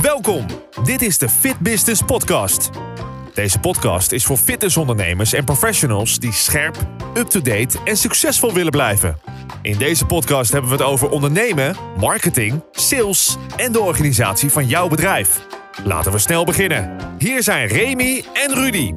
Welkom, dit is de Fit Business Podcast. Deze podcast is voor fitnessondernemers en professionals die scherp, up-to-date en succesvol willen blijven. In deze podcast hebben we het over ondernemen, marketing, sales en de organisatie van jouw bedrijf. Laten we snel beginnen. Hier zijn Remy en Rudy.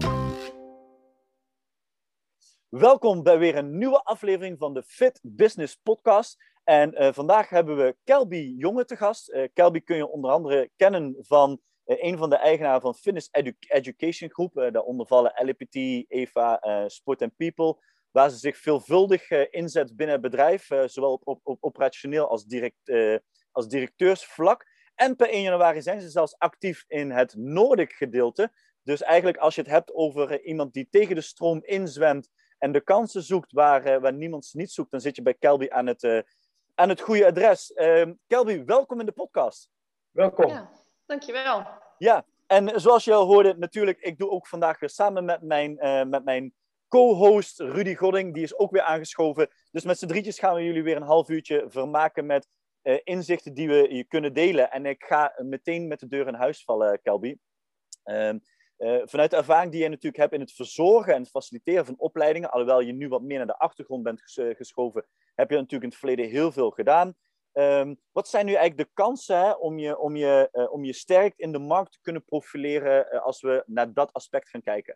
Welkom bij weer een nieuwe aflevering van de Fit Business Podcast. En vandaag hebben we Kelby Jonge te gast. Kelby kun je onder andere kennen van een van de eigenaren van Fitness Education Group. Daaronder vallen LPT, EVA, Sport and People. Waar ze zich veelvuldig inzet binnen het bedrijf. Zowel op operationeel als directeursvlak. En per 1 januari zijn ze zelfs actief in het noordelijk gedeelte. Dus eigenlijk als je het hebt over iemand die tegen de stroom inzwemt en de kansen zoekt waar niemand ze niet zoekt, dan zit je bij Kelby aan het goede adres. Kelby, welkom in de podcast. Welkom. Ja, dankjewel. Ja, en zoals je al hoorde, natuurlijk, ik doe ook vandaag weer samen met mijn co-host Rudy Godding. Die is ook weer aangeschoven. Dus met z'n drietjes gaan we jullie weer een half uurtje vermaken met inzichten die we je kunnen delen. En ik ga meteen met de deur in huis vallen, Kelby. Vanuit de ervaring die je natuurlijk hebt in het verzorgen en het faciliteren van opleidingen, alhoewel je nu wat meer naar de achtergrond bent geschoven, heb je natuurlijk in het verleden heel veel gedaan. Wat zijn nu eigenlijk de kansen om je sterk in de markt te kunnen profileren als we naar dat aspect gaan kijken?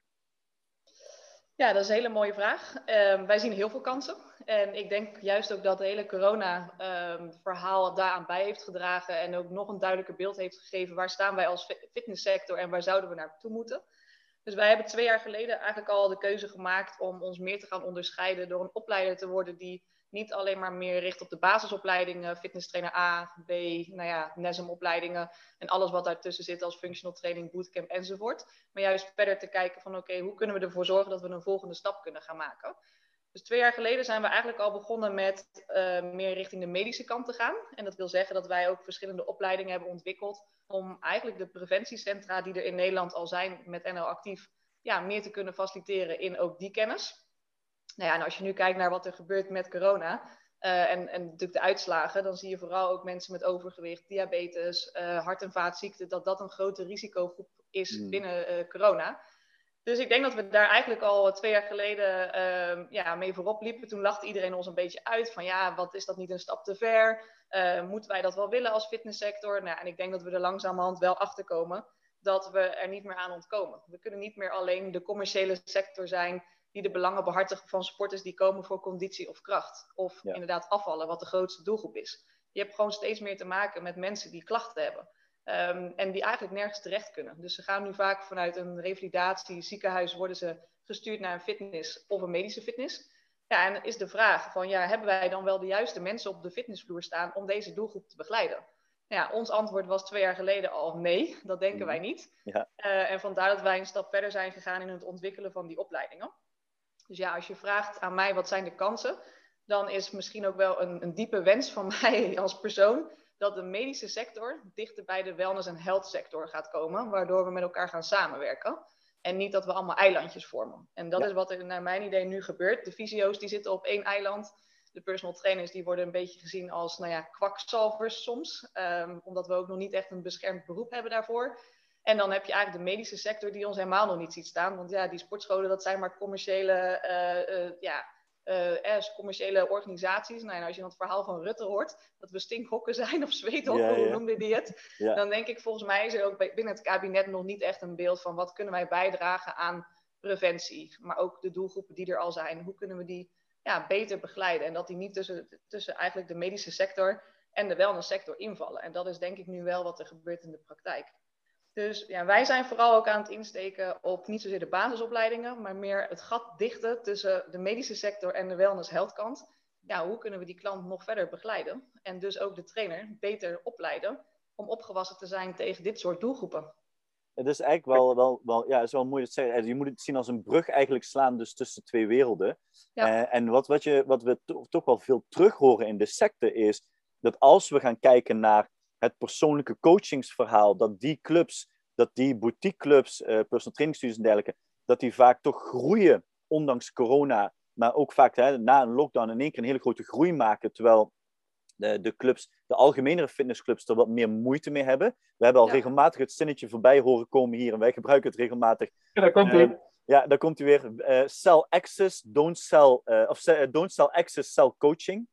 Ja, dat is een hele mooie vraag. Wij zien heel veel kansen. En ik denk juist ook dat de hele corona-verhaal daaraan bij heeft gedragen en ook nog een duidelijker beeld heeft gegeven. Waar staan wij als fitnesssector en waar zouden we naartoe moeten? Dus wij hebben 2 jaar geleden eigenlijk al de keuze gemaakt om ons meer te gaan onderscheiden door een opleider te worden die niet alleen maar meer richt op de basisopleidingen, fitness trainer A, B, NESM-opleidingen en alles wat daartussen zit als functional training, bootcamp enzovoort. Maar juist verder te kijken van oké, hoe kunnen we ervoor zorgen dat we een volgende stap kunnen gaan maken. Dus 2 jaar geleden zijn we eigenlijk al begonnen met meer richting de medische kant te gaan. En dat wil zeggen dat wij ook verschillende opleidingen hebben ontwikkeld om eigenlijk de preventiecentra die er in Nederland al zijn met NL Actief, meer te kunnen faciliteren in ook die kennis. Nou ja, en als je nu kijkt naar wat er gebeurt met corona en natuurlijk de uitslagen, dan zie je vooral ook mensen met overgewicht, diabetes, hart- en vaatziekten, dat een grote risicogroep is binnen corona. Dus ik denk dat we daar eigenlijk al 2 jaar geleden mee voorop liepen. Toen lachte iedereen ons een beetje uit van wat is dat niet een stap te ver? Moeten wij dat wel willen als fitnesssector? Nou, en ik denk dat we er langzamerhand wel achter komen dat we er niet meer aan ontkomen. We kunnen niet meer alleen de commerciële sector zijn die de belangen behartigen van sporters die komen voor conditie of kracht. Of inderdaad afvallen, wat de grootste doelgroep is. Je hebt gewoon steeds meer te maken met mensen die klachten hebben. En die eigenlijk nergens terecht kunnen. Dus ze gaan nu vaak vanuit een revalidatie, ziekenhuis, worden ze gestuurd naar een fitness of een medische fitness. Ja, en is de vraag van, hebben wij dan wel de juiste mensen op de fitnessvloer staan om deze doelgroep te begeleiden? Ja, ons antwoord was 2 jaar geleden al nee, dat denken wij niet. Ja. En vandaar dat wij een stap verder zijn gegaan in het ontwikkelen van die opleidingen. Dus als je vraagt aan mij wat zijn de kansen, dan is misschien ook wel een diepe wens van mij als persoon dat de medische sector dichter bij de wellness- en health sector gaat komen, waardoor we met elkaar gaan samenwerken. En niet dat we allemaal eilandjes vormen. En dat is wat er naar mijn idee nu gebeurt. De fysio's die zitten op 1 eiland. De personal trainers die worden een beetje gezien als kwakzalvers soms. Omdat we ook nog niet echt een beschermd beroep hebben daarvoor. En dan heb je eigenlijk de medische sector die ons helemaal nog niet ziet staan. Want die sportscholen dat zijn maar commerciële commerciële organisaties. Nou, en als je dan het verhaal van Rutte hoort, dat we stinkhokken zijn of zweethokken, hoe noemde die het? Ja. Dan denk ik, volgens mij is er ook binnen het kabinet nog niet echt een beeld van wat kunnen wij bijdragen aan preventie. Maar ook de doelgroepen die er al zijn. Hoe kunnen we die beter begeleiden? En dat die niet tussen eigenlijk de medische sector en de wellnesssector invallen. En dat is denk ik nu wel wat er gebeurt in de praktijk. Dus wij zijn vooral ook aan het insteken op niet zozeer de basisopleidingen, maar meer het gat dichten tussen de medische sector en de wellness-health kant. Hoe kunnen we die klant nog verder begeleiden? En dus ook de trainer beter opleiden om opgewassen te zijn tegen dit soort doelgroepen. Het is eigenlijk wel is wel mooi dat je zegt. Je moet het zien als een brug eigenlijk slaan dus tussen 2 werelden. Ja. En wat we toch wel veel terug horen in de sector is dat als we gaan kijken naar het persoonlijke coachingsverhaal, dat die clubs, dat die boutiqueclubs, personal training studies en dergelijke, dat die vaak toch groeien, ondanks corona, maar ook vaak na een lockdown in één keer een hele grote groei maken, terwijl de clubs, de algemenere fitnessclubs er wat meer moeite mee hebben. We hebben al regelmatig het zinnetje voorbij horen komen hier en wij gebruiken het regelmatig. Ja, daar komt hij. Ja, daar komt hij weer. Sell access, don't sell access, sell coaching.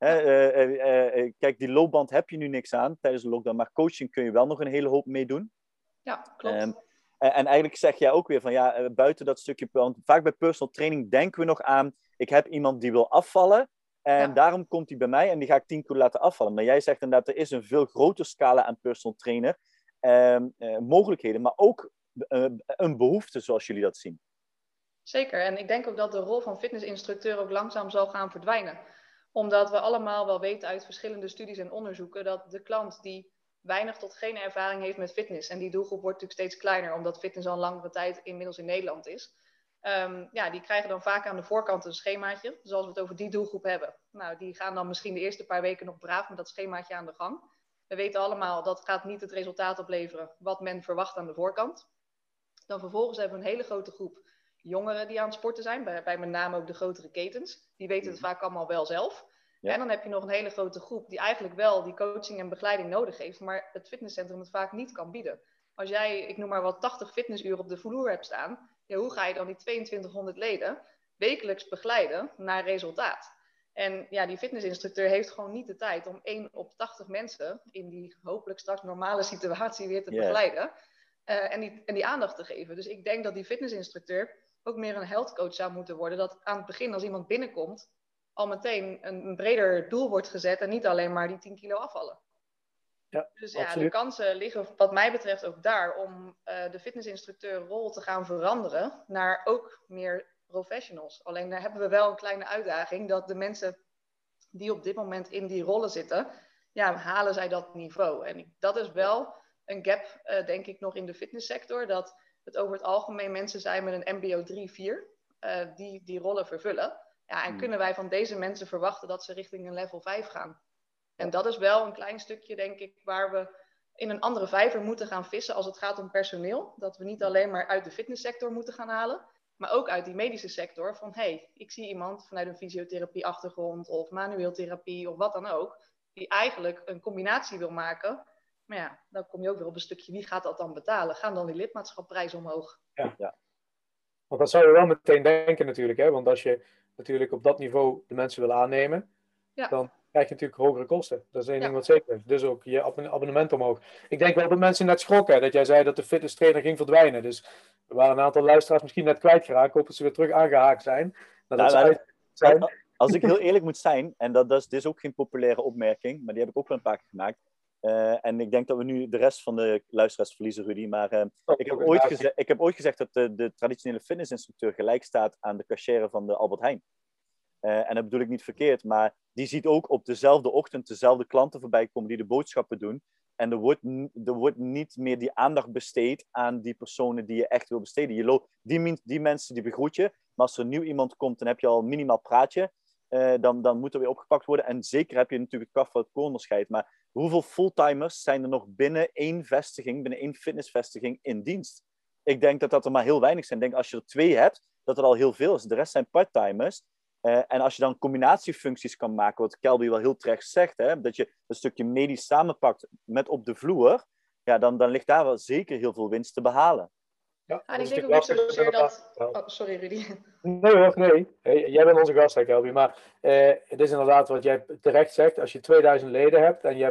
Kijk, die loopband heb je nu niks aan tijdens de lockdown, maar coaching kun je wel nog een hele hoop mee doen. Ja, klopt. En eigenlijk zeg jij ook weer van buiten dat stukje, want vaak bij personal training denken we nog aan, ik heb iemand die wil afvallen en daarom komt hij bij mij en die ga ik 10 kilo laten afvallen. Maar jij zegt inderdaad, er is een veel groter scala aan personal trainer, mogelijkheden, maar ook een behoefte zoals jullie dat zien. Zeker, en ik denk ook dat de rol van fitnessinstructeur ook langzaam zal gaan verdwijnen. Omdat we allemaal wel weten uit verschillende studies en onderzoeken dat de klant die weinig tot geen ervaring heeft met fitness, en die doelgroep wordt natuurlijk steeds kleiner, omdat fitness al een langere tijd inmiddels in Nederland is, die krijgen dan vaak aan de voorkant een schemaatje, zoals we het over die doelgroep hebben. Nou, die gaan dan misschien de eerste paar weken nog braaf met dat schemaatje aan de gang. We weten allemaal dat gaat niet het resultaat opleveren wat men verwacht aan de voorkant. Dan vervolgens hebben we een hele grote groep jongeren die aan het sporten zijn, bij met name ook de grotere ketens. Die weten het vaak allemaal wel zelf. Ja. En dan heb je nog een hele grote groep die eigenlijk wel die coaching en begeleiding nodig heeft, maar het fitnesscentrum het vaak niet kan bieden. Als jij, ik noem maar wat, 80 fitnessuren op de vloer hebt staan, hoe ga je dan die 2200 leden wekelijks begeleiden naar resultaat? En die fitnessinstructeur heeft gewoon niet de tijd om 1 op 80 mensen in die hopelijk straks normale situatie weer te begeleiden en die aandacht te geven. Dus ik denk dat die fitnessinstructeur ook meer een health coach zou moeten worden, dat aan het begin als iemand binnenkomt al meteen een breder doel wordt gezet en niet alleen maar die 10 kilo afvallen. Ja, dus absoluut. De kansen liggen wat mij betreft ook daar om de fitnessinstructeurrol te gaan veranderen naar ook meer professionals. Alleen daar hebben we wel een kleine uitdaging dat de mensen die op dit moment in die rollen zitten, halen zij dat niveau. En dat is wel een gap, denk ik, nog in de fitnesssector, dat het over het algemeen mensen zijn met een MBO 3-4 die rollen vervullen. Ja, en kunnen wij van deze mensen verwachten dat ze richting een level 5 gaan? En dat is wel een klein stukje, denk ik, waar we in een andere vijver moeten gaan vissen als het gaat om personeel. Dat we niet alleen maar uit de fitnesssector moeten gaan halen, maar ook uit die medische sector. Van ik zie iemand vanuit een fysiotherapie-achtergrond of manueel therapie of wat dan ook, die eigenlijk een combinatie wil maken. Maar dan kom je ook weer op een stukje, wie gaat dat dan betalen? Gaan dan die lidmaatschapprijzen omhoog? Ja. Want dat zou je wel meteen denken natuurlijk, hè? Want als je natuurlijk op dat niveau de mensen wil aannemen, dan krijg je natuurlijk hogere kosten. Dat is één ding wat zeker is. Dus ook je abonnement omhoog. Ik denk wel dat mensen net schrokken, dat jij zei dat de fitness trainer ging verdwijnen. Dus er waren een aantal luisteraars misschien net kwijtgeraakt. Ik hoop dat ze weer terug aangehaakt zijn. Als ik heel eerlijk moet zijn, en dit is ook geen populaire opmerking, maar die heb ik ook wel een paar keer gemaakt. En ik denk dat we nu de rest van de luisteraars verliezen, Rudy. Maar ik heb ooit gezegd dat de traditionele fitnessinstructeur gelijk staat aan de cashier van de Albert Heijn. En dat bedoel ik niet verkeerd, maar die ziet ook op dezelfde ochtend dezelfde klanten voorbij komen die de boodschappen doen. En er wordt niet meer die aandacht besteed aan die personen die je echt wil besteden. Die mensen die begroet je, maar als er nieuw iemand komt, dan heb je al een minimaal praatje. Dan moet er weer opgepakt worden. En zeker heb je natuurlijk het kaf van het koolonderscheid. Maar hoeveel fulltimers zijn er nog binnen één fitnessvestiging in dienst? Ik denk dat er maar heel weinig zijn. Ik denk als je er 2 hebt, dat het al heel veel is. De rest zijn parttimers. En als je dan combinatiefuncties kan maken, wat Kelby wel heel terecht zegt, dat je een stukje medisch samenpakt met op de vloer, dan ligt daar wel zeker heel veel winst te behalen. Ja, en ik denk ook niet zozeer dat... Oh, sorry Rudy. Nee. Jij bent onze gast, Kelby. Maar het is inderdaad wat jij terecht zegt. Als je 2000 leden hebt en je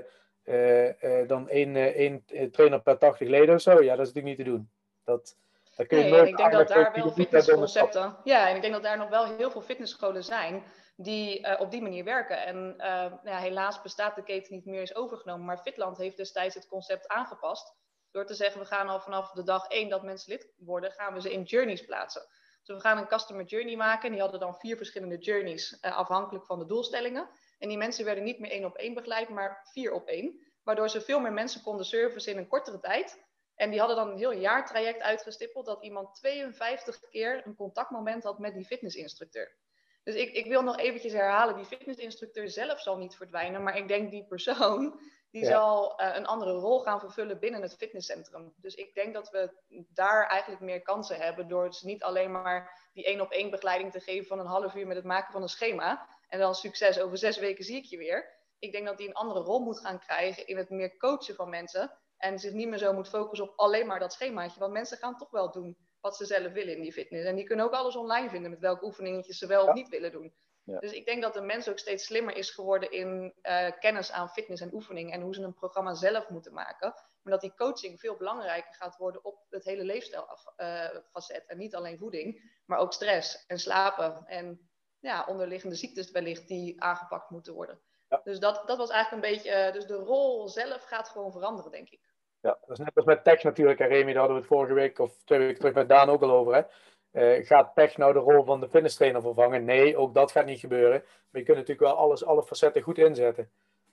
hebt dan één trainer per 80 leden of zo, dat is natuurlijk niet te doen. En ik denk dat daar wel fitnessconcepten... Ja, en ik denk dat daar nog wel heel veel fitnessscholen zijn die op die manier werken. En helaas bestaat de keten niet meer, is overgenomen. Maar Fitland heeft destijds het concept aangepast. Door te zeggen, we gaan al vanaf de dag 1 dat mensen lid worden, gaan we ze in journeys plaatsen. Dus we gaan een customer journey maken. En die hadden dan 4 verschillende journeys, afhankelijk van de doelstellingen. En die mensen werden niet meer 1 op 1 begeleid, maar 4 op 1. Waardoor ze veel meer mensen konden servicen in een kortere tijd. En die hadden dan een heel jaartraject uitgestippeld dat iemand 52 keer een contactmoment had met die fitnessinstructeur. Dus ik wil nog eventjes herhalen, die fitnessinstructeur zelf zal niet verdwijnen, maar ik denk die persoon, die zal een andere rol gaan vervullen binnen het fitnesscentrum. Dus ik denk dat we daar eigenlijk meer kansen hebben door ze niet alleen maar die 1 op 1 begeleiding te geven van een half uur met het maken van een schema. En dan succes, over 6 weken zie ik je weer. Ik denk dat die een andere rol moet gaan krijgen in het meer coachen van mensen. En zich niet meer zo moet focussen op alleen maar dat schemaatje. Want mensen gaan toch wel doen wat ze zelf willen in die fitness. En die kunnen ook alles online vinden met welke oefeningetjes ze wel of niet willen doen. Ja. Dus ik denk dat de mens ook steeds slimmer is geworden in kennis aan fitness en oefening. En hoe ze een programma zelf moeten maken. Maar dat die coaching veel belangrijker gaat worden op het hele leefstijlfacet. En niet alleen voeding, maar ook stress en slapen. En onderliggende ziektes wellicht die aangepakt moeten worden. Ja. Dus dat was eigenlijk een beetje... dus de rol zelf gaat gewoon veranderen, denk ik. Ja, dat is net als met tech natuurlijk, Remy. Daar hadden we het vorige week of 2 weken terug met Daan ook al over. Hè? Gaat tech nou de rol van de fitness trainer vervangen? Nee, ook dat gaat niet gebeuren. Maar je kunt natuurlijk wel alle facetten goed inzetten.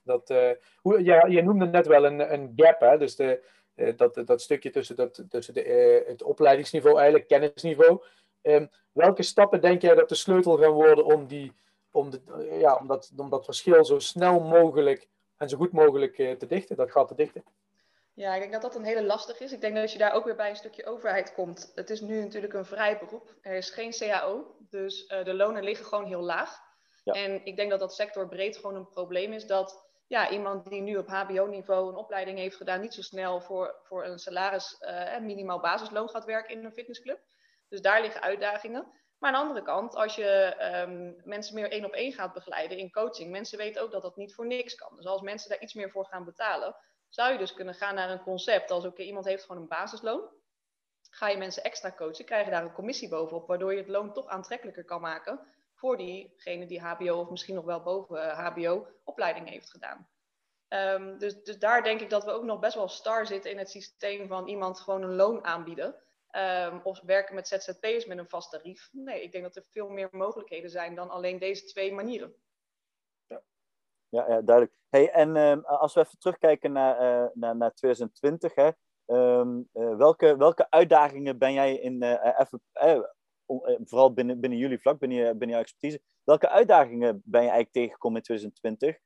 Je noemde net wel een gap, hè? Dus dat stukje tussen het opleidingsniveau, eigenlijk kennisniveau. Welke stappen denk jij dat de sleutel gaan worden om dat verschil zo snel mogelijk en zo goed mogelijk te dichten, dat gat te dichten? Ja, ik denk dat dat een hele lastig is. Ik denk dat je daar ook weer bij een stukje overheid komt. Het is nu natuurlijk een vrij beroep. Er is geen CAO, dus de lonen liggen gewoon heel laag. Ja. En ik denk dat dat sectorbreed gewoon een probleem is dat iemand die nu op hbo-niveau een opleiding heeft gedaan niet zo snel voor een salaris minimaal basisloon gaat werken in een fitnessclub. Dus daar liggen uitdagingen. Maar aan de andere kant, als je mensen meer 1-op-1 gaat begeleiden in coaching, mensen weten ook dat dat niet voor niks kan. Dus als mensen daar iets meer voor gaan betalen, zou je dus kunnen gaan naar een concept als iemand heeft gewoon een basisloon. Ga je mensen extra coachen, krijg je daar een commissie bovenop, waardoor je het loon toch aantrekkelijker kan maken voor diegene die hbo of misschien nog wel boven hbo opleiding heeft gedaan. Dus daar denk ik dat we ook nog best wel star zitten in het systeem van iemand gewoon een loon aanbieden. Of werken met ZZP'ers met een vast tarief. Nee, ik denk dat er veel meer mogelijkheden zijn dan alleen deze 2 manieren. Ja, duidelijk. Hey, en als we even terugkijken naar 2020, hè, welke uitdagingen ben jij vooral binnen jullie vlak, binnen jouw expertise, welke uitdagingen ben je eigenlijk tegengekomen in 2020?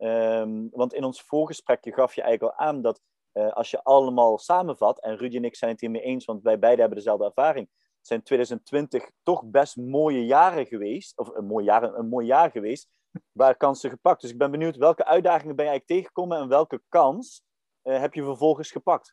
Want in ons voorgesprekje gaf je eigenlijk al aan dat als je allemaal samenvat, en Rudy en ik zijn het hiermee eens, want wij beiden hebben dezelfde ervaring, zijn 2020 toch best mooie jaren geweest, of een mooi jaar geweest, waar kansen gepakt. Dus ik ben benieuwd, welke uitdagingen ben je eigenlijk tegengekomen en welke kans heb je vervolgens gepakt?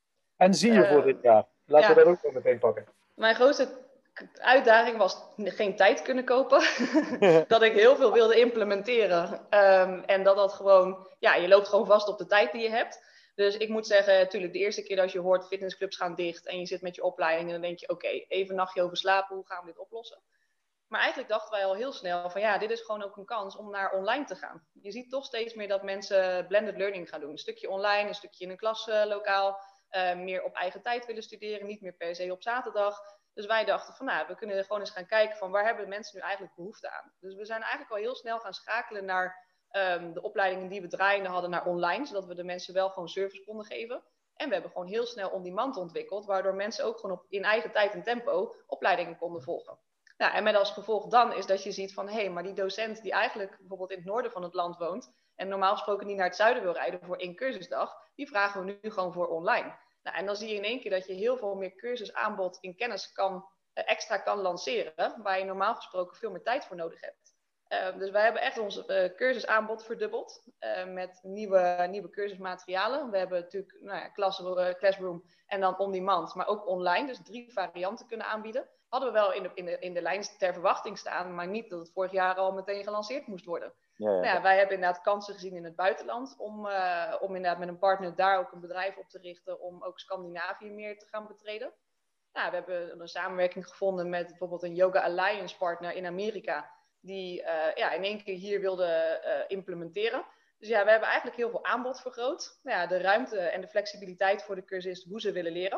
En zie je voor dit jaar? Laten we dat ook wel meteen pakken. Mijn grootste uitdaging was geen tijd kunnen kopen. Dat ik heel veel wilde implementeren. En dat gewoon, je loopt gewoon vast op de tijd die je hebt. Dus ik moet zeggen, natuurlijk de eerste keer als je hoort fitnessclubs gaan dicht en je zit met je opleiding, dan denk je, oké, even een nachtje over slapen, hoe gaan we dit oplossen? Maar eigenlijk dachten wij al heel snel van dit is gewoon ook een kans om naar online te gaan. Je ziet toch steeds meer dat mensen blended learning gaan doen. Een stukje online, een stukje in een klaslokaal. Meer op eigen tijd willen studeren, niet meer per se op zaterdag. Dus wij dachten van we kunnen gewoon eens gaan kijken van waar hebben de mensen nu eigenlijk behoefte aan. Dus we zijn eigenlijk al heel snel gaan schakelen naar de opleidingen die we draaiende hadden naar online. Zodat we de mensen wel gewoon service konden geven. En we hebben gewoon heel snel on-demand ontwikkeld. Waardoor mensen ook gewoon in eigen tijd en tempo opleidingen konden volgen. En met als gevolg dan is dat je ziet van maar die docent die eigenlijk bijvoorbeeld in het noorden van het land woont en normaal gesproken niet naar het zuiden wil rijden voor 1 cursusdag, die vragen we nu gewoon voor online. En dan zie je in één keer dat je heel veel meer cursusaanbod in kennis extra kan lanceren, waar je normaal gesproken veel meer tijd voor nodig hebt. Dus wij hebben echt ons cursusaanbod verdubbeld met nieuwe cursusmaterialen. We hebben natuurlijk Classroom en dan on-demand, maar ook online, dus 3 varianten kunnen aanbieden. Hadden we wel in de lijn ter verwachting staan, maar niet dat het vorig jaar al meteen gelanceerd moest worden. Ja. Wij hebben inderdaad kansen gezien in het buitenland om inderdaad met een partner daar ook een bedrijf op te richten om ook Scandinavië meer te gaan betreden. We hebben een samenwerking gevonden met bijvoorbeeld een Yoga Alliance partner in Amerika die in één keer hier wilde implementeren. Dus we hebben eigenlijk heel veel aanbod vergroot. De ruimte en de flexibiliteit voor de cursist hoe ze willen leren.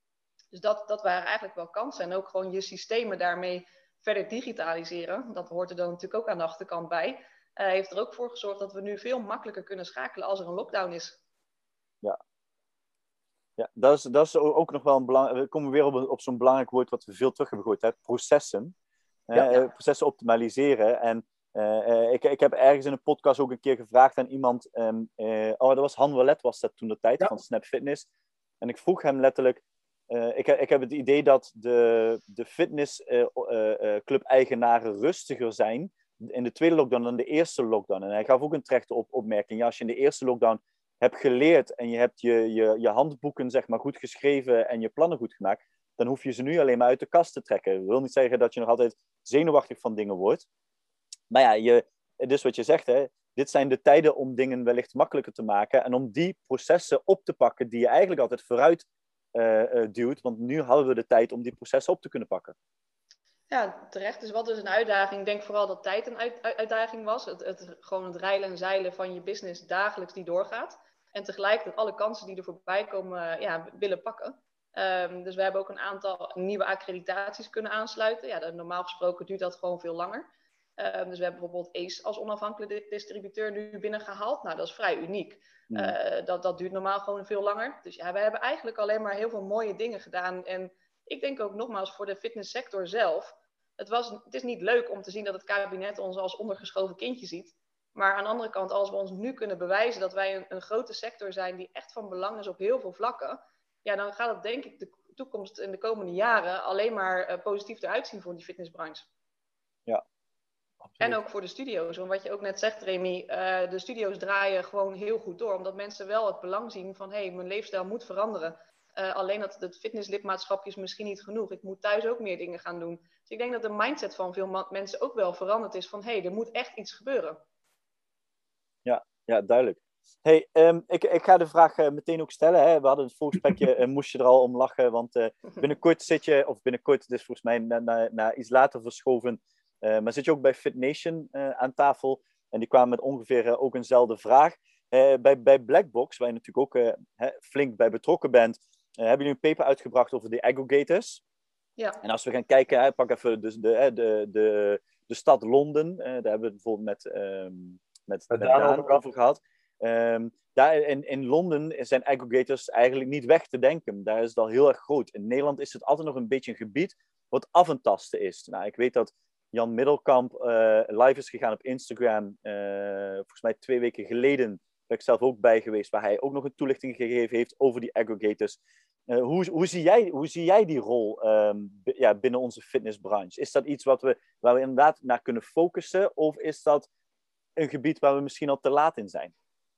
Dus dat waren eigenlijk wel kansen. En ook gewoon je systemen daarmee verder digitaliseren. Dat hoort er dan natuurlijk ook aan de achterkant bij. Heeft er ook voor gezorgd dat we nu veel makkelijker kunnen schakelen als er een lockdown is. Ja, dat is ook nog wel een belangrijk. We komen weer op zo'n belangrijk woord wat we veel terug hebben gehoord. Hè? Processen. Processen optimaliseren. En ik heb ergens in een podcast ook een keer gevraagd aan iemand. Dat was Han Wallet was dat toen de tijd van Snap Fitness. En ik vroeg hem letterlijk. Ik heb het idee dat de fitnessclub-eigenaren rustiger zijn in de tweede lockdown dan de eerste lockdown. En hij gaf ook een terechte opmerking. Ja, als je in de eerste lockdown hebt geleerd en je hebt je handboeken zeg maar, goed geschreven en je plannen goed gemaakt, dan hoef je ze nu alleen maar uit de kast te trekken. Dat wil niet zeggen dat je nog altijd zenuwachtig van dingen wordt. Maar ja, dus wat je zegt, hè, dit zijn de tijden om dingen wellicht makkelijker te maken en om die processen op te pakken die je eigenlijk altijd vooruit duwt. Want nu hadden we de tijd om die processen op te kunnen pakken. Ja, terecht. Dus wat is een uitdaging? Ik denk vooral dat tijd een uitdaging was. Gewoon het reilen en zeilen van je business dagelijks die doorgaat. En tegelijkertijd alle kansen die er voorbij komen willen pakken. Dus we hebben ook een aantal nieuwe accreditaties kunnen aansluiten. Ja, normaal gesproken duurt dat gewoon veel langer. Dus we hebben bijvoorbeeld ACE als onafhankelijke distributeur nu binnengehaald. Nou, dat is vrij uniek. Dat duurt normaal gewoon veel langer. Dus ja, we hebben eigenlijk alleen maar heel veel mooie dingen gedaan. En ik denk ook nogmaals voor de fitnesssector zelf. Het is niet leuk om te zien dat het kabinet ons als ondergeschoven kindje ziet. Maar aan de andere kant, als we ons nu kunnen bewijzen dat wij een grote sector zijn die echt van belang is op heel veel vlakken. Ja, dan gaat het denk ik de toekomst in de komende jaren alleen maar positief eruit zien voor die fitnessbranche. Ja. Absoluut. En ook voor de studio's. Want wat je ook net zegt, Remy, de studio's draaien gewoon heel goed door. Omdat mensen wel het belang zien van, mijn leefstijl moet veranderen. Alleen dat fitnesslidmaatschapje is misschien niet genoeg. Ik moet thuis ook meer dingen gaan doen. Dus ik denk dat de mindset van veel mensen ook wel veranderd is van, er moet echt iets gebeuren. Ja, duidelijk. Hey, ik ga de vraag meteen ook stellen. Hè. We hadden het voorgesprekje, moest je er al om lachen. Want binnenkort zit je, of binnenkort, het is volgens mij naar iets later verschoven. Maar zit je ook bij FitNation aan tafel. En die kwamen met ongeveer ook eenzelfde vraag. Bij Blackbox, waar je natuurlijk ook flink bij betrokken bent, hebben jullie een paper uitgebracht over de aggregators. Ja. En als we gaan kijken, pak even dus de stad Londen. Daar hebben we het bijvoorbeeld met Daan ook over gehad. Daar in Londen zijn aggregators eigenlijk niet weg te denken. Daar is het al heel erg groot. In Nederland is het altijd nog een beetje een gebied wat af en tasten is. Nou, ik weet dat Jan Middelkamp live is gegaan op Instagram. Volgens mij 2 weken geleden ben ik zelf ook bij geweest, waar hij ook nog een toelichting gegeven heeft over die aggregators. Hoe zie jij die rol binnen onze fitnessbranche? Is dat iets waar we inderdaad naar kunnen focussen? Of is dat een gebied waar we misschien al te laat in zijn?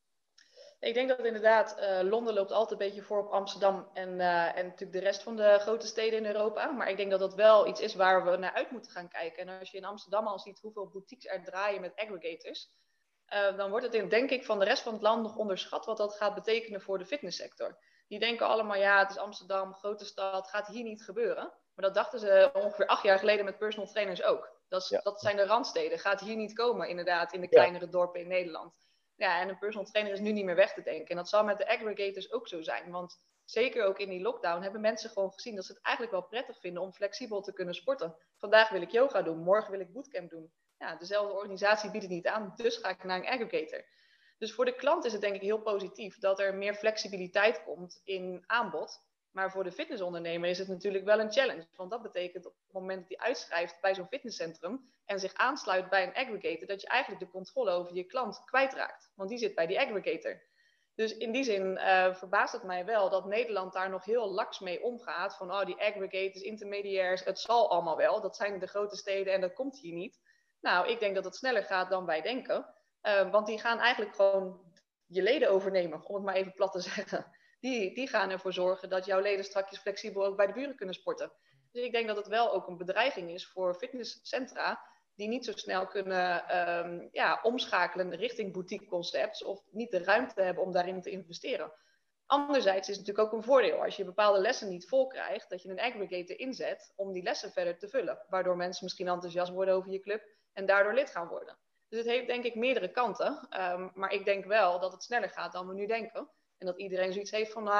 Ik denk dat inderdaad, Londen loopt altijd een beetje voor op Amsterdam en natuurlijk de rest van de grote steden in Europa. Maar ik denk dat dat wel iets is waar we naar uit moeten gaan kijken. En als je in Amsterdam al ziet hoeveel boutiques er draaien met aggregators, dan wordt het denk ik van de rest van het land nog onderschat wat dat gaat betekenen voor de fitnesssector. Die denken allemaal, het is Amsterdam, grote stad, gaat hier niet gebeuren. Maar dat dachten ze ongeveer 8 jaar geleden met personal trainers ook. Dat zijn de randsteden, gaat hier niet komen inderdaad in de kleinere dorpen in Nederland. Ja, en een personal trainer is nu niet meer weg te denken. En dat zal met de aggregators ook zo zijn. Want zeker ook in die lockdown hebben mensen gewoon gezien dat ze het eigenlijk wel prettig vinden om flexibel te kunnen sporten. Vandaag wil ik yoga doen, morgen wil ik bootcamp doen. Ja, dezelfde organisatie biedt het niet aan, dus ga ik naar een aggregator. Dus voor de klant is het denk ik heel positief dat er meer flexibiliteit komt in aanbod. Maar voor de fitnessondernemer is het natuurlijk wel een challenge. Want dat betekent op het moment dat hij uitschrijft bij zo'n fitnesscentrum en zich aansluit bij een aggregator, dat je eigenlijk de controle over je klant kwijtraakt. Want die zit bij die aggregator. Dus in die zin verbaast het mij wel dat Nederland daar nog heel laks mee omgaat. Van die aggregators, intermediairs, het zal allemaal wel. Dat zijn de grote steden en dat komt hier niet. Nou, ik denk dat het sneller gaat dan wij denken. Want die gaan eigenlijk gewoon je leden overnemen, om het maar even plat te zeggen. Die gaan ervoor zorgen dat jouw leden straks flexibel ook bij de buren kunnen sporten. Dus ik denk dat het wel ook een bedreiging is voor fitnesscentra die niet zo snel kunnen omschakelen richting boutique concepts of niet de ruimte hebben om daarin te investeren. Anderzijds is het natuurlijk ook een voordeel als je bepaalde lessen niet vol krijgt, dat je een aggregator inzet om die lessen verder te vullen. Waardoor mensen misschien enthousiast worden over je club en daardoor lid gaan worden. Dus het heeft denk ik meerdere kanten. Maar ik denk wel dat het sneller gaat dan we nu denken. En dat iedereen zoiets heeft van,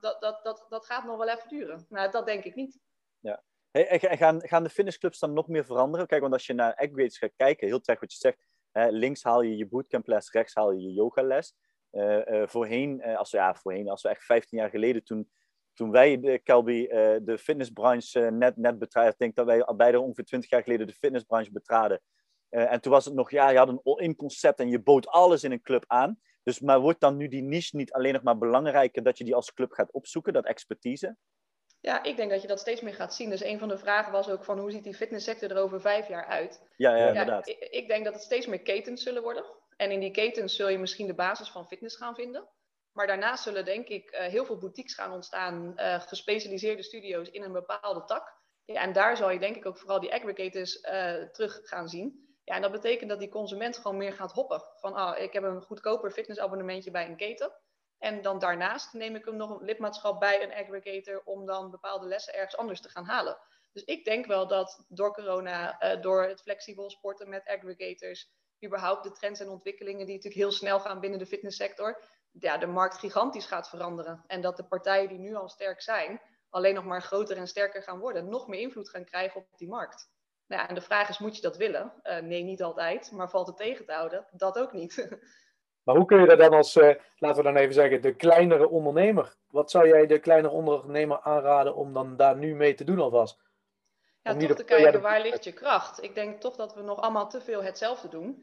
dat gaat nog wel even duren. Nou, dat denk ik niet. Ja. Gaan de fitnessclubs dan nog meer veranderen? Kijk, want als je naar aggregators gaat kijken, heel terecht wat je zegt, links haal je je bootcamples, rechts haal je je yogales. Voorheen, als we echt 15 jaar geleden, toen wij, Kelby, de fitnessbranche net betraden, ik denk dat wij beide ongeveer 20 jaar geleden de fitnessbranche betraden. En toen was het nog, je had een all-in concept en je bood alles in een club aan. Maar wordt dan nu die niche niet alleen nog maar belangrijker dat je die als club gaat opzoeken, dat expertise? Ja, ik denk dat je dat steeds meer gaat zien. Dus een van de vragen was ook van hoe ziet die fitnesssector er over 5 jaar uit? Ja, inderdaad. Ik denk dat het steeds meer ketens zullen worden. En in die ketens zul je misschien de basis van fitness gaan vinden. Maar daarnaast zullen denk ik heel veel boutiques gaan ontstaan, gespecialiseerde studio's in een bepaalde tak. Ja, en daar zal je denk ik ook vooral die aggregators terug gaan zien. Ja, en dat betekent dat die consument gewoon meer gaat hoppen. Van, ik heb een goedkoper fitnessabonnementje bij een keten. En dan daarnaast neem ik hem nog een lidmaatschap bij een aggregator om dan bepaalde lessen ergens anders te gaan halen. Dus ik denk wel dat door corona, door het flexibel sporten met aggregators, überhaupt de trends en ontwikkelingen die natuurlijk heel snel gaan binnen de fitnesssector, ja, de markt gigantisch gaat veranderen. En dat de partijen die nu al sterk zijn, alleen nog maar groter en sterker gaan worden, nog meer invloed gaan krijgen op die markt. Nou ja, en de vraag is, moet je dat willen? Nee, niet altijd. Maar valt het tegen te houden? Dat ook niet. Maar hoe kun je dat dan als, laten we dan even zeggen, de kleinere ondernemer? Wat zou jij de kleinere ondernemer aanraden om dan daar nu mee te doen alvast? Ja, toch te kijken, waar ligt je kracht? Ik denk toch dat we nog allemaal te veel hetzelfde doen.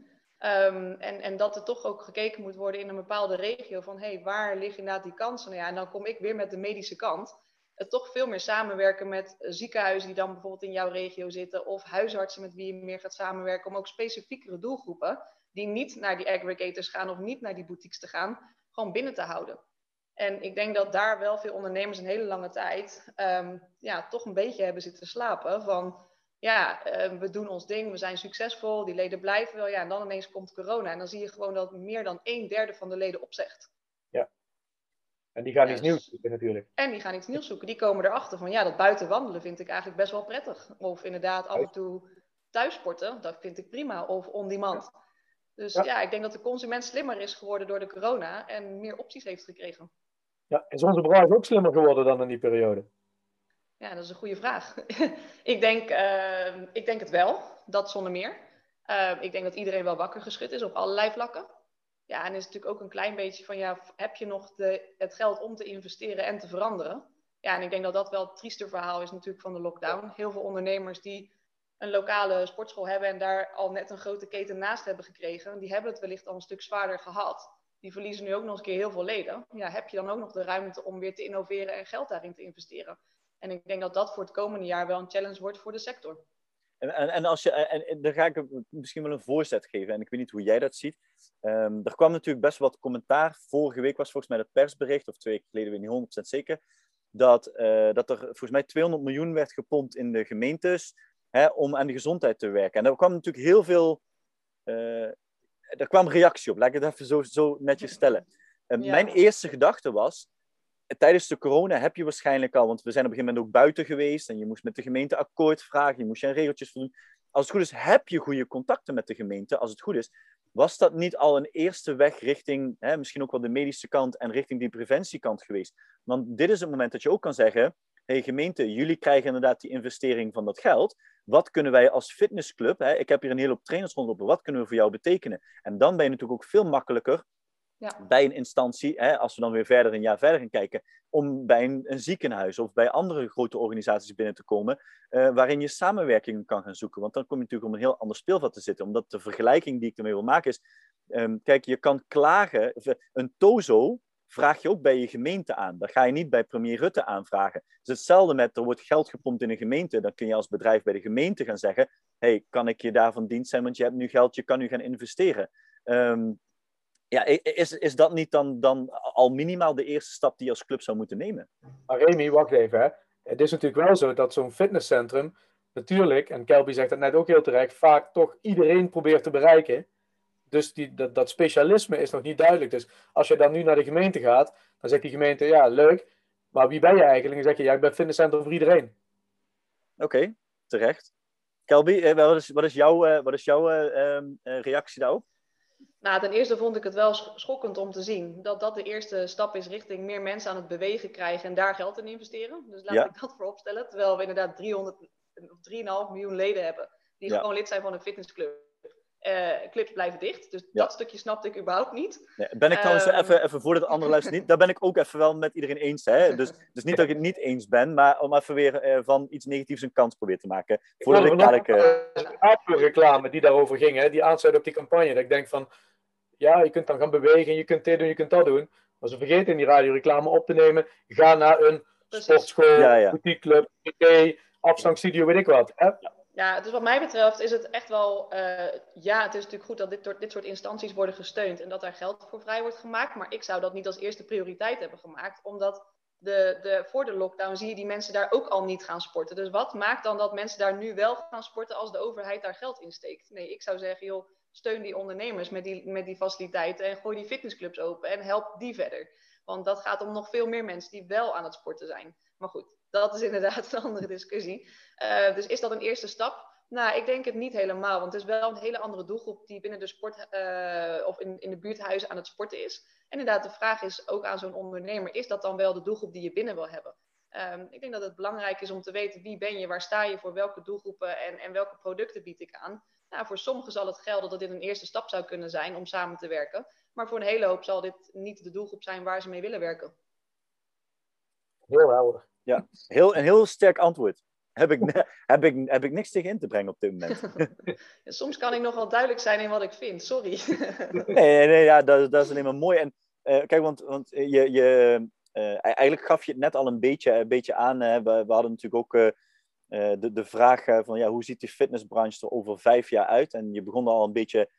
En dat er toch ook gekeken moet worden in een bepaalde regio van, waar liggen inderdaad die kansen? Nou ja, en dan kom ik weer met de medische kant. Toch veel meer samenwerken met ziekenhuizen die dan bijvoorbeeld in jouw regio zitten, of huisartsen met wie je meer gaat samenwerken, om ook specifiekere doelgroepen die niet naar die aggregators gaan of niet naar die boutiques te gaan, gewoon binnen te houden. En ik denk dat daar wel veel ondernemers een hele lange tijd toch een beetje hebben zitten slapen van, we doen ons ding, we zijn succesvol, die leden blijven wel. Ja, en dan ineens komt corona en dan zie je gewoon dat meer dan 1/3 van de leden opzegt. Ja. En die gaan iets nieuws zoeken natuurlijk. En die gaan iets nieuws zoeken. Die komen erachter van, dat buiten wandelen vind ik eigenlijk best wel prettig. Of inderdaad af en toe thuis sporten, dat vind ik prima. Of on demand. Ja. Dus ik denk dat de consument slimmer is geworden door de corona en meer opties heeft gekregen. Ja, is onze branche ook slimmer geworden dan in die periode? Ja, dat is een goede vraag. Ik denk het wel, dat zonder meer. Ik denk dat iedereen wel wakker geschud is op allerlei vlakken. Ja, en is natuurlijk ook een klein beetje van, heb je nog het geld om te investeren en te veranderen? Ja, en ik denk dat dat wel het trieste verhaal is natuurlijk van de lockdown. Heel veel ondernemers die een lokale sportschool hebben en daar al net een grote keten naast hebben gekregen, die hebben het wellicht al een stuk zwaarder gehad. Die verliezen nu ook nog eens een keer heel veel leden. Ja, heb je dan ook nog de ruimte om weer te innoveren en geld daarin te investeren? En ik denk dat dat voor het komende jaar wel een challenge wordt voor de sector. En dan ga ik misschien wel een voorzet geven. En ik weet niet hoe jij dat ziet. Er kwam natuurlijk best wat commentaar. Vorige week was volgens mij het persbericht, of 2 weken geleden, weet ik niet 100% zeker, dat er volgens mij 200 miljoen werd gepompt in de gemeentes om aan de gezondheid te werken. En daar kwam natuurlijk heel veel... er kwam reactie op. Laat ik het even zo netjes stellen. Mijn eerste gedachte was, tijdens de corona heb je waarschijnlijk al, want we zijn op een gegeven moment ook buiten geweest en je moest met de gemeente akkoord vragen, je moest je aan regeltjes voldoen. Als het goed is, heb je goede contacten met de gemeente, als het goed is. Was dat niet al een eerste weg richting, misschien ook wel de medische kant en richting die preventiekant geweest? Want dit is het moment dat je ook kan zeggen, gemeente, jullie krijgen inderdaad die investering van dat geld. Wat kunnen wij als fitnessclub, ik heb hier een hele hoop trainers rondlopen, wat kunnen we voor jou betekenen? En dan ben je natuurlijk ook veel makkelijker bij een instantie, als we dan weer een jaar verder gaan kijken, om bij een ziekenhuis of bij andere grote organisaties binnen te komen, waarin je samenwerking kan gaan zoeken. Want dan kom je natuurlijk om een heel ander speelveld te zitten. Omdat de vergelijking die ik ermee wil maken is, kijk, je kan klagen, een TOZO vraag je ook bij je gemeente aan. Dat ga je niet bij premier Rutte aanvragen. Het is hetzelfde met, er wordt geld gepompt in een gemeente, dan kun je als bedrijf bij de gemeente gaan zeggen, kan ik je daar van dienst zijn, want je hebt nu geld, je kan nu gaan investeren. Is dat niet dan al minimaal de eerste stap die je als club zou moeten nemen? Maar Remy, wacht even. Het is natuurlijk wel zo dat zo'n fitnesscentrum natuurlijk, en Kelby zegt dat net ook heel terecht, vaak toch iedereen probeert te bereiken. Dus dat specialisme is nog niet duidelijk. Dus als je dan nu naar de gemeente gaat, dan zegt die gemeente, ja, leuk, maar wie ben je eigenlijk? En dan zeg je, ik ben fitnesscentrum voor iedereen. Oké, terecht. Kelby, wat is jouw reactie daarop? Nou, ten eerste vond ik het wel schokkend om te zien dat de eerste stap is richting meer mensen aan het bewegen krijgen en daar geld in investeren. Dus laat ik dat voorop stellen. Terwijl we inderdaad 3,5 miljoen leden hebben die gewoon lid zijn van een fitnessclub. Clubs blijven dicht, dus dat stukje snapte ik überhaupt niet. Nee, ben ik trouwens even voor de andere luisteren niet, daar ben ik ook even wel met iedereen eens. Hè? Dus niet dat ik het niet eens ben, maar om even weer van iets negatiefs een kans proberen te maken. Voordat ik dadelijk... reclame die daarover ging, hè? Die aansluit op die campagne. Dat ik denk van, ja, je kunt dan gaan bewegen, je kunt dit doen, je kunt dat doen. Maar ze vergeten in die radioreclame op te nemen, ga naar een sportschool, boutiqueclub, afstandstudio, weet ik wat. Hè? Ja, dus wat mij betreft is het echt wel... het is natuurlijk goed dat dit soort instanties worden gesteund en dat daar geld voor vrij wordt gemaakt. Maar ik zou dat niet als eerste prioriteit hebben gemaakt, omdat voor de lockdown zie je die mensen daar ook al niet gaan sporten. Dus wat maakt dan dat mensen daar nu wel gaan sporten als de overheid daar geld in steekt? Nee, ik zou zeggen, joh, steun die ondernemers met die faciliteiten en gooi die fitnessclubs open en help die verder. Want dat gaat om nog veel meer mensen die wel aan het sporten zijn. Maar goed, dat is inderdaad een andere discussie. Dus is dat een eerste stap? Nou, ik denk het niet helemaal. Want het is wel een hele andere doelgroep die binnen de sport of in de buurthuizen aan het sporten is. En inderdaad, de vraag is ook aan zo'n ondernemer, is dat dan wel de doelgroep die je binnen wil hebben? Ik denk dat het belangrijk is om te weten wie ben je, waar sta je voor, welke doelgroepen en welke producten bied ik aan. Nou, voor sommigen zal het gelden dat dit een eerste stap zou kunnen zijn om samen te werken. Maar voor een hele hoop zal dit niet de doelgroep zijn waar ze mee willen werken. Heel helder. Ja, een heel sterk antwoord. Heb ik niks tegen in te brengen op dit moment. Ja, soms kan ik nog wel duidelijk zijn in wat ik vind, sorry. Nee, ja, dat is alleen maar mooi. En kijk, want eigenlijk gaf je het net al een beetje aan. We hadden natuurlijk ook de vraag van hoe ziet die fitnessbranche er over 5 jaar uit? En je begon er al een beetje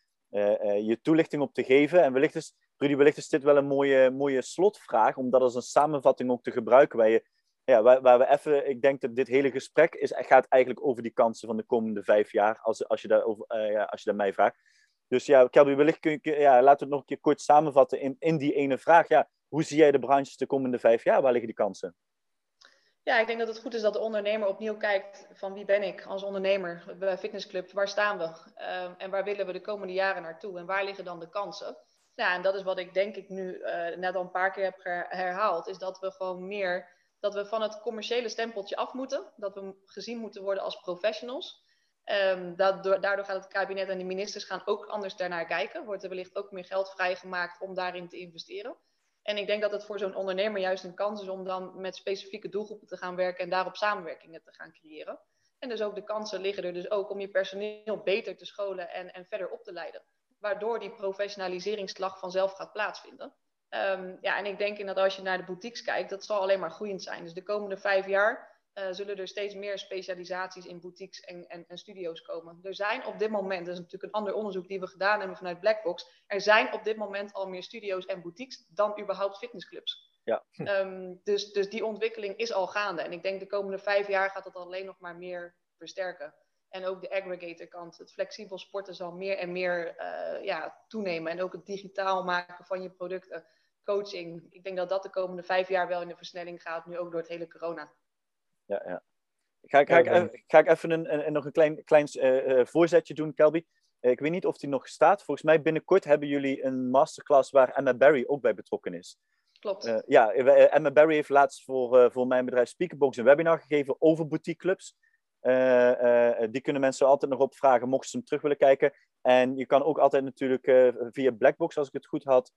je toelichting op te geven. En wellicht is dit wel een mooie slotvraag, om dat als een samenvatting ook te gebruiken. Waar we even, ik denk dat dit hele gesprek gaat eigenlijk over die kansen van de komende 5 jaar, als je dat mij vraagt. Dus Kelby, wellicht laten we het nog een keer kort samenvatten in die ene vraag. Ja, hoe zie jij de branche de komende 5 jaar? Waar liggen die kansen? Ja, ik denk dat het goed is dat de ondernemer opnieuw kijkt van wie ben ik als ondernemer bij fitnessclub, waar staan we en waar willen we de komende jaren naartoe en waar liggen dan de kansen? Ja, en dat is wat ik denk ik nu net al een paar keer heb herhaald, is dat we gewoon dat we van het commerciële stempeltje af moeten, dat we gezien moeten worden als professionals. Daardoor gaat het kabinet en de ministers gaan ook anders daarnaar kijken, wordt er wellicht ook meer geld vrijgemaakt om daarin te investeren. En ik denk dat het voor zo'n ondernemer juist een kans is om dan met specifieke doelgroepen te gaan werken en daarop samenwerkingen te gaan creëren. En dus ook de kansen liggen er dus ook om je personeel beter te scholen en verder op te leiden. Waardoor die professionaliseringsslag vanzelf gaat plaatsvinden. En ik denk dat als je naar de boutiques kijkt, dat zal alleen maar groeiend zijn. Dus de komende 5 jaar zullen er steeds meer specialisaties in boutiques en studio's komen. Er zijn op dit moment, dat is natuurlijk een ander onderzoek die we gedaan hebben vanuit Blackbox, er zijn op dit moment al meer studio's en boutiques dan überhaupt fitnessclubs. Ja. Dus die ontwikkeling is al gaande. En ik denk de komende 5 jaar gaat dat alleen nog maar meer versterken. En ook de aggregator-kant, het flexibel sporten zal meer en meer toenemen. En ook het digitaal maken van je producten, coaching. Ik denk dat dat de komende 5 jaar wel in de versnelling gaat, nu ook door het hele corona. Ja. Ga ik even nog een klein voorzetje doen, Kelby. Ik weet niet of die nog staat. Volgens mij binnenkort hebben jullie een masterclass waar Emma Barry ook bij betrokken is. Klopt. Emma Barry heeft laatst voor mijn bedrijf Speakerbox een webinar gegeven over boutiqueclubs. Die kunnen mensen altijd nog opvragen, mochten ze hem terug willen kijken. En je kan ook altijd natuurlijk via Blackbox, als ik het goed had,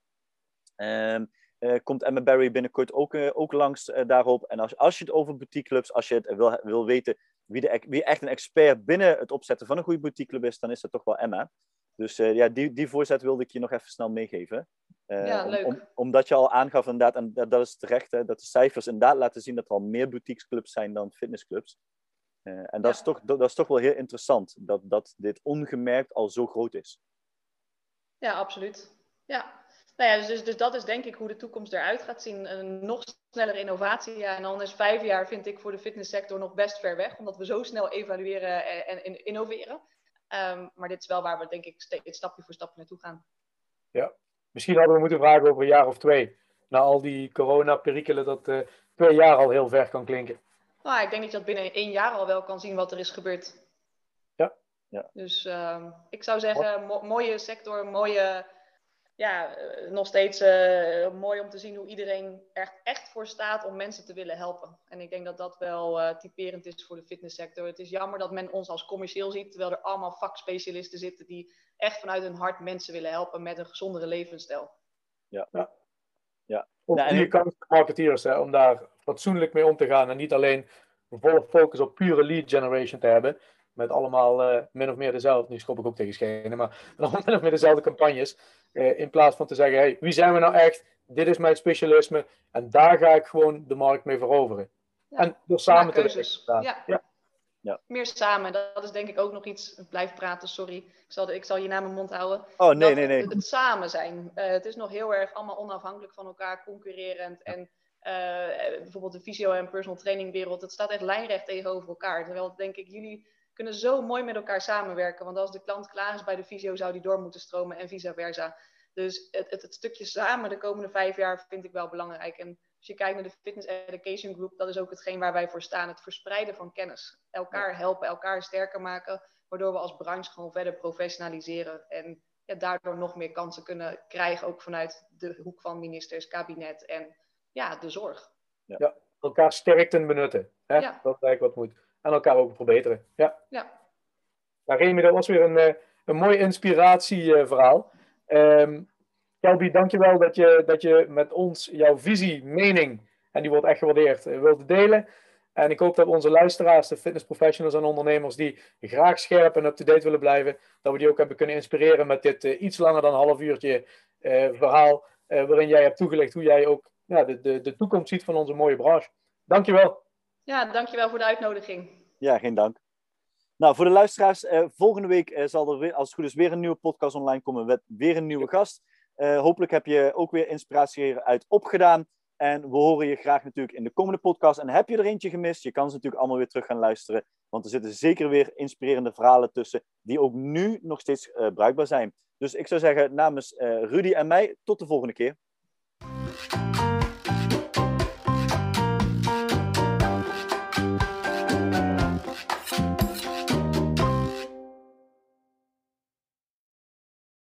komt Emma Barry binnenkort ook langs daarop. En als je het over boutiqueclubs, als je het wil weten wie echt een expert binnen het opzetten van een goede boutiqueclub is, dan is dat toch wel Emma. Dus die voorzet wilde ik je nog even snel meegeven. Leuk. Omdat je al aangaf inderdaad, en dat is terecht, dat de cijfers inderdaad laten zien dat er al meer boutiqueclubs zijn dan fitnessclubs. En dat is toch wel heel interessant, dat dit ongemerkt al zo groot is. Ja, absoluut. Ja. Dus dat is denk ik hoe de toekomst eruit gaat zien. Een nog snellere innovatie. Ja, en dan is 5 jaar, vind ik, voor de fitnesssector nog best ver weg, omdat we zo snel evalueren en innoveren. Maar dit is wel waar we, denk ik, steeds stapje voor stapje naartoe gaan. Ja, misschien hadden we moeten vragen over een jaar of 2. Na al die corona-perikelen, dat 2 jaar al heel ver kan klinken. Nou, ik denk dat je dat binnen 1 jaar al wel kan zien wat er is gebeurd. Ja. Dus ik zou zeggen, mooie sector, nog steeds mooi om te zien hoe iedereen er echt voor staat om mensen te willen helpen. En ik denk dat dat wel typerend is voor de fitnesssector. Het is jammer dat men ons als commercieel ziet, terwijl er allemaal vakspecialisten zitten die echt vanuit hun hart mensen willen helpen met een gezondere levensstijl. Ja. Ook die kans voor marketeers, om daar fatsoenlijk mee om te gaan en niet alleen volle focus op pure lead generation te hebben. Met allemaal min of meer dezelfde, nu schop ik ook tegen schenen, maar allemaal min of meer dezelfde campagnes. In plaats van te zeggen, wie zijn we nou echt? Dit is mijn specialisme en daar ga ik gewoon de markt mee veroveren. En door samen te werken. Ja. Meer samen, dat is denk ik ook nog iets. Ik blijf praten, sorry. Ik zal je naar mijn mond houden. Oh, nee. Het samen zijn. Het is nog heel erg allemaal onafhankelijk van elkaar, concurrerend. En bijvoorbeeld de fysio- en personal training wereld, het staat echt lijnrecht tegenover elkaar. Terwijl denk ik, jullie kunnen zo mooi met elkaar samenwerken. Want als de klant klaar is bij de fysio, zou die door moeten stromen en vice versa. Dus het stukje samen de komende 5 jaar vind ik wel belangrijk. En als je kijkt naar de Fitness Education Group, dat is ook hetgeen waar wij voor staan. Het verspreiden van kennis. Elkaar helpen, elkaar sterker maken. Waardoor we als branche gewoon verder professionaliseren. En daardoor nog meer kansen kunnen krijgen. Ook vanuit de hoek van ministers, kabinet en de zorg. Ja, elkaar sterkten benutten. Hè? Ja. Dat is eigenlijk wat moet. En elkaar ook verbeteren. Ja. Nou, Remy, dat was weer een mooi inspiratieverhaal. Kelby, dankjewel dat je met ons jouw visie, mening, en die wordt echt gewaardeerd, wilde delen. En ik hoop dat onze luisteraars, de fitnessprofessionals en ondernemers die graag scherp en up-to-date willen blijven, dat we die ook hebben kunnen inspireren met dit iets langer dan een half uurtje verhaal, waarin jij hebt toegelicht hoe jij ook de toekomst ziet van onze mooie branche. Dankjewel. Ja, dankjewel voor de uitnodiging. Ja, geen dank. Nou, voor de luisteraars, volgende week zal er weer, als het goed is, weer een nieuwe podcast online komen met weer een nieuwe gast. Hopelijk heb je ook weer inspiratie uit opgedaan. En we horen je graag natuurlijk in de komende podcast. En heb je er eentje gemist, je kan ze natuurlijk allemaal weer terug gaan luisteren. Want er zitten zeker weer inspirerende verhalen tussen, die ook nu nog steeds bruikbaar zijn. Dus ik zou zeggen, namens Rudy en mij, tot de volgende keer.